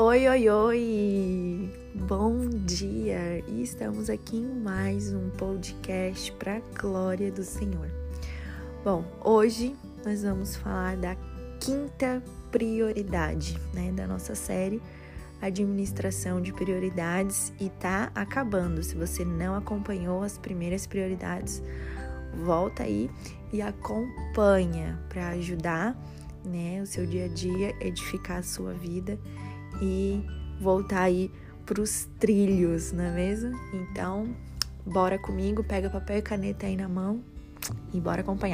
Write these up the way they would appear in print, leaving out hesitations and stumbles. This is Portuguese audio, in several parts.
Oi, oi, oi! Bom dia! E estamos aqui em mais um podcast para a glória do Senhor. Bom, hoje nós vamos falar da quinta prioridade, da nossa série Administração de Prioridades e tá acabando. Se você não acompanhou as primeiras prioridades, volta aí e acompanha para ajudar, o seu dia a dia, edificar a sua vida e voltar aí para os trilhos, não é mesmo? Então, bora comigo, pega papel e caneta aí na mão e bora acompanhar.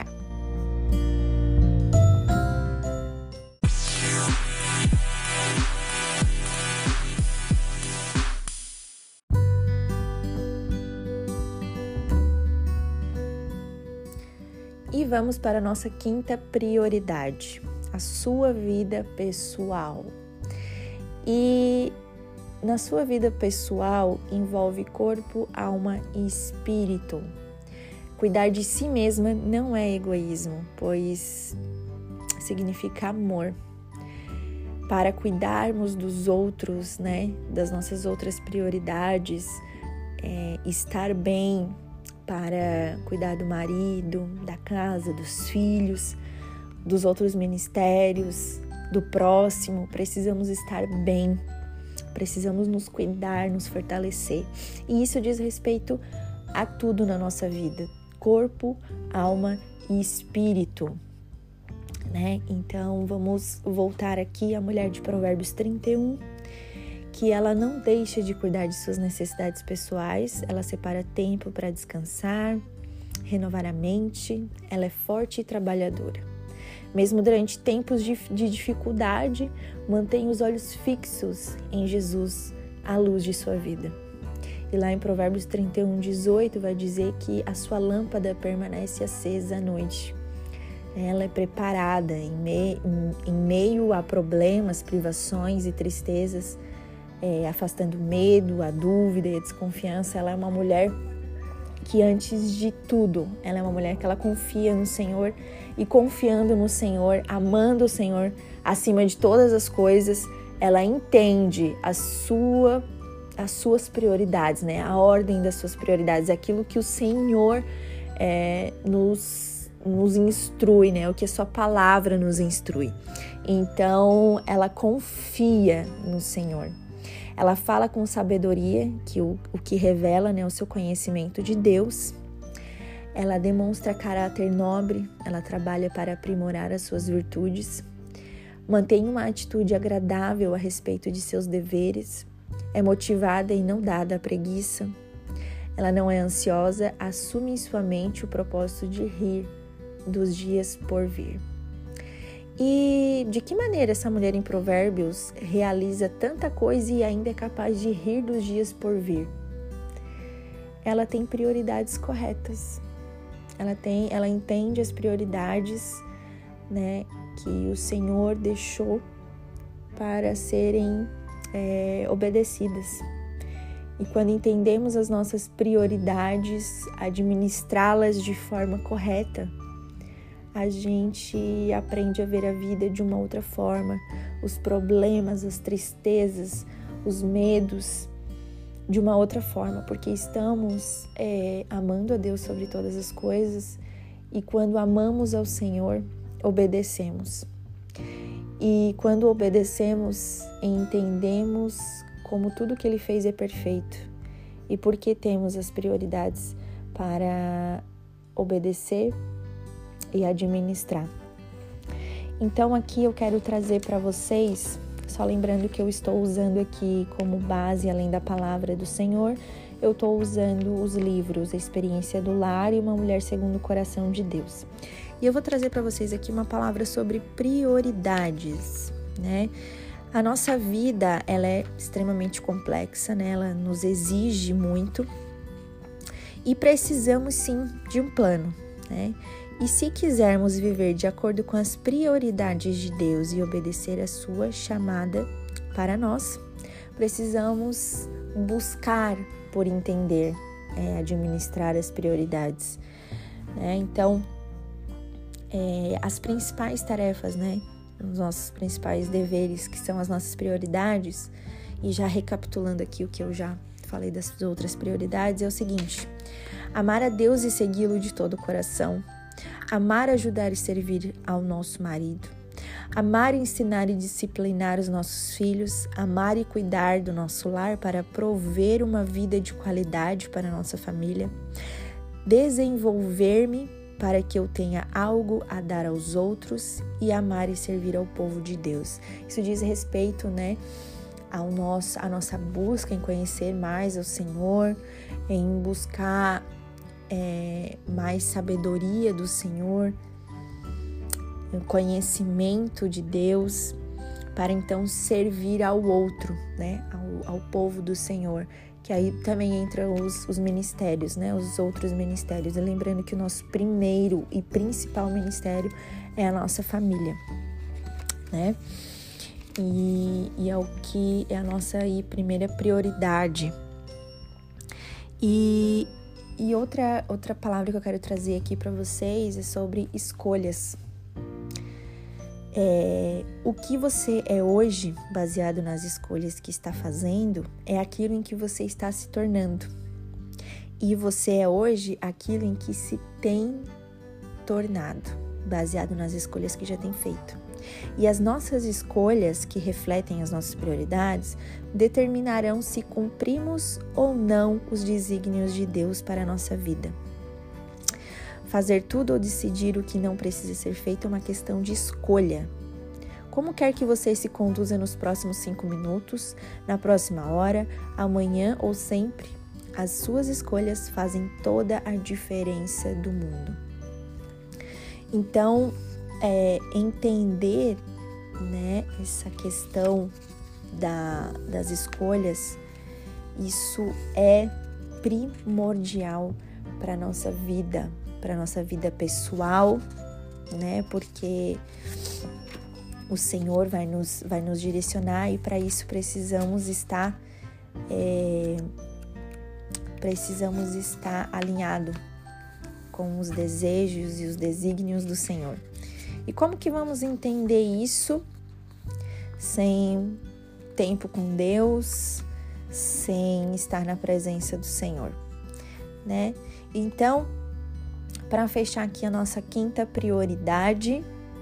E vamos para a nossa quinta prioridade, a sua vida pessoal. E na sua vida pessoal envolve corpo, alma e espírito. Cuidar de si mesma não é egoísmo, pois significa amor. Para cuidarmos dos outros, das nossas outras prioridades, estar bem para cuidar do marido, da casa, dos filhos, dos outros ministérios, do próximo, precisamos estar bem, precisamos nos cuidar, nos fortalecer. E isso diz respeito a tudo na nossa vida, corpo, alma e espírito, Então, vamos voltar aqui à mulher de Provérbios 31, que ela não deixa de cuidar de suas necessidades pessoais, ela separa tempo para descansar, renovar a mente, ela é forte e trabalhadora. Mesmo durante tempos de dificuldade, mantém os olhos fixos em Jesus, a luz de sua vida. E lá em Provérbios 31, 18, vai dizer que a sua lâmpada permanece acesa à noite. Ela é preparada em meio a problemas, privações e tristezas, afastando o medo, a dúvida e a desconfiança. Ela é uma mulher que antes de tudo, ela é uma mulher que ela confia no Senhor e confiando no Senhor, amando o Senhor acima de todas as coisas, ela entende as suas prioridades, a ordem das suas prioridades, aquilo que o Senhor nos instrui, o que a sua palavra nos instrui. Então, ela confia no Senhor. Ela fala com sabedoria, o que revela o seu conhecimento de Deus. Ela demonstra caráter nobre, ela trabalha para aprimorar as suas virtudes, mantém uma atitude agradável a respeito de seus deveres, é motivada e não dada à preguiça. Ela não é ansiosa, assume em sua mente o propósito de rir dos dias por vir. E de que maneira essa mulher em Provérbios realiza tanta coisa e ainda é capaz de rir dos dias por vir? Ela tem prioridades corretas. Ela entende as prioridades, que o Senhor deixou para serem obedecidas. E quando entendemos as nossas prioridades, administrá-las de forma correta, a gente aprende a ver a vida de uma outra forma, os problemas, as tristezas, os medos de uma outra forma, porque estamos amando a Deus sobre todas as coisas e quando amamos ao Senhor, obedecemos. E quando obedecemos, entendemos como tudo que Ele fez é perfeito e porque temos as prioridades para obedecer e administrar. Então aqui eu quero trazer para vocês, só lembrando que eu estou usando aqui como base, além da palavra do Senhor, eu estou usando os livros A Experiência do Lar e Uma Mulher Segundo o Coração de Deus. E eu vou trazer para vocês aqui uma palavra sobre prioridades, A nossa vida, ela é extremamente complexa, Ela nos exige muito e precisamos sim de um plano, E se quisermos viver de acordo com as prioridades de Deus e obedecer a sua chamada para nós, precisamos buscar por entender, administrar as prioridades. Então, as principais tarefas, os nossos principais deveres, que são as nossas prioridades, e já recapitulando aqui o que eu já falei das outras prioridades, é o seguinte: amar a Deus e segui-lo de todo o coração, amar, ajudar e servir ao nosso marido, amar, ensinar e disciplinar os nossos filhos, amar e cuidar do nosso lar para prover uma vida de qualidade para a nossa família, desenvolver-me para que eu tenha algo a dar aos outros e amar e servir ao povo de Deus. Isso diz respeito, à nossa busca em conhecer mais o Senhor, em buscar mais sabedoria do Senhor, o conhecimento de Deus, para então servir ao outro, ao povo do Senhor, que aí também entram os ministérios, os outros ministérios. E lembrando que o nosso primeiro e principal ministério é a nossa família, E é o que é a nossa primeira prioridade. E outra palavra que eu quero trazer aqui para vocês é sobre escolhas. O que você é hoje, baseado nas escolhas que está fazendo, é aquilo em que você está se tornando. E você é hoje aquilo em que se tem tornado, baseado nas escolhas que já tem feito. E as nossas escolhas, que refletem as nossas prioridades, determinarão se cumprimos ou não os desígnios de Deus para a nossa vida. Fazer tudo ou decidir o que não precisa ser feito é uma questão de escolha. Como quer que você se conduza nos próximos 5 minutos, na próxima hora, amanhã ou sempre, as suas escolhas fazem toda a diferença do mundo. Então, entender, essa questão das escolhas, isso é primordial para a nossa vida pessoal, porque o Senhor vai nos direcionar, e para isso precisamos estar alinhado com os desejos e os desígnios do Senhor. E como que vamos entender isso sem tempo com Deus, sem estar na presença do Senhor, Então, para fechar aqui a nossa 5ª prioridade,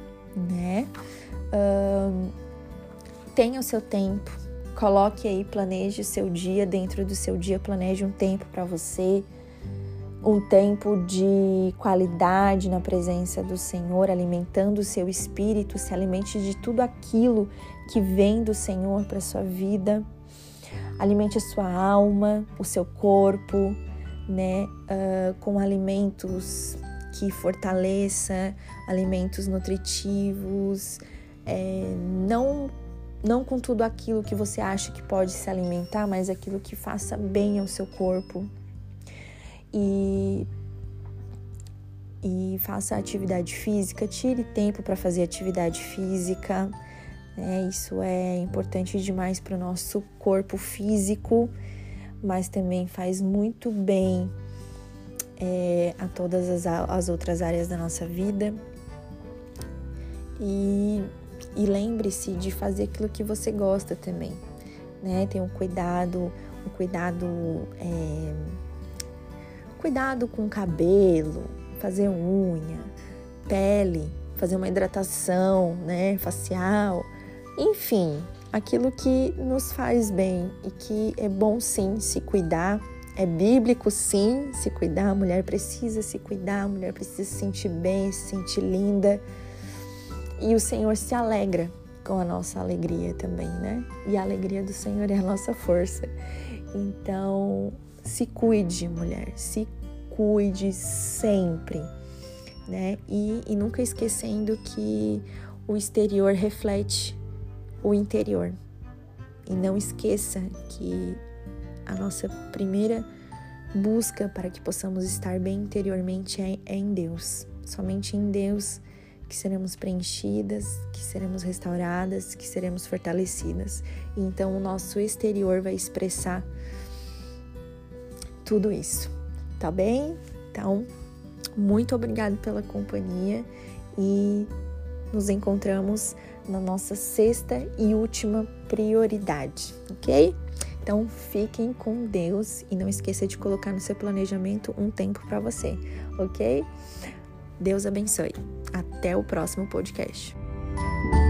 tenha o seu tempo, coloque aí, planeje o seu dia, dentro do seu dia planeje um tempo para você, um tempo de qualidade na presença do Senhor, alimentando o seu espírito, se alimente de tudo aquilo que vem do Senhor para a sua vida, alimente a sua alma, o seu corpo, com alimentos que fortaleça, alimentos nutritivos, não com tudo aquilo que você acha que pode se alimentar, mas aquilo que faça bem ao seu corpo. E faça atividade física, tire tempo para fazer atividade física, Isso é importante demais para o nosso corpo físico, mas também faz muito bem a todas as outras áreas da nossa vida. E lembre-se de fazer aquilo que você gosta também, Tenha um cuidado com o cabelo, fazer unha, pele, fazer uma hidratação, facial, enfim, aquilo que nos faz bem e que é bom sim se cuidar. É bíblico sim se cuidar, a mulher precisa se cuidar, a mulher precisa se sentir bem, se sentir linda. E o Senhor se alegra com a nossa alegria também, E a alegria do Senhor é a nossa força. Então, se cuide, mulher, se cuide sempre, E nunca esquecendo que o exterior reflete o interior. E não esqueça que a nossa primeira busca para que possamos estar bem interiormente é em Deus. Somente em Deus que seremos preenchidas, que seremos restauradas, que seremos fortalecidas. E então o nosso exterior vai expressar tudo isso, tá bem? Então, muito obrigada pela companhia e nos encontramos na nossa sexta e última prioridade, ok? Então, fiquem com Deus e não esqueça de colocar no seu planejamento um tempo para você, ok? Deus abençoe. Até o próximo podcast.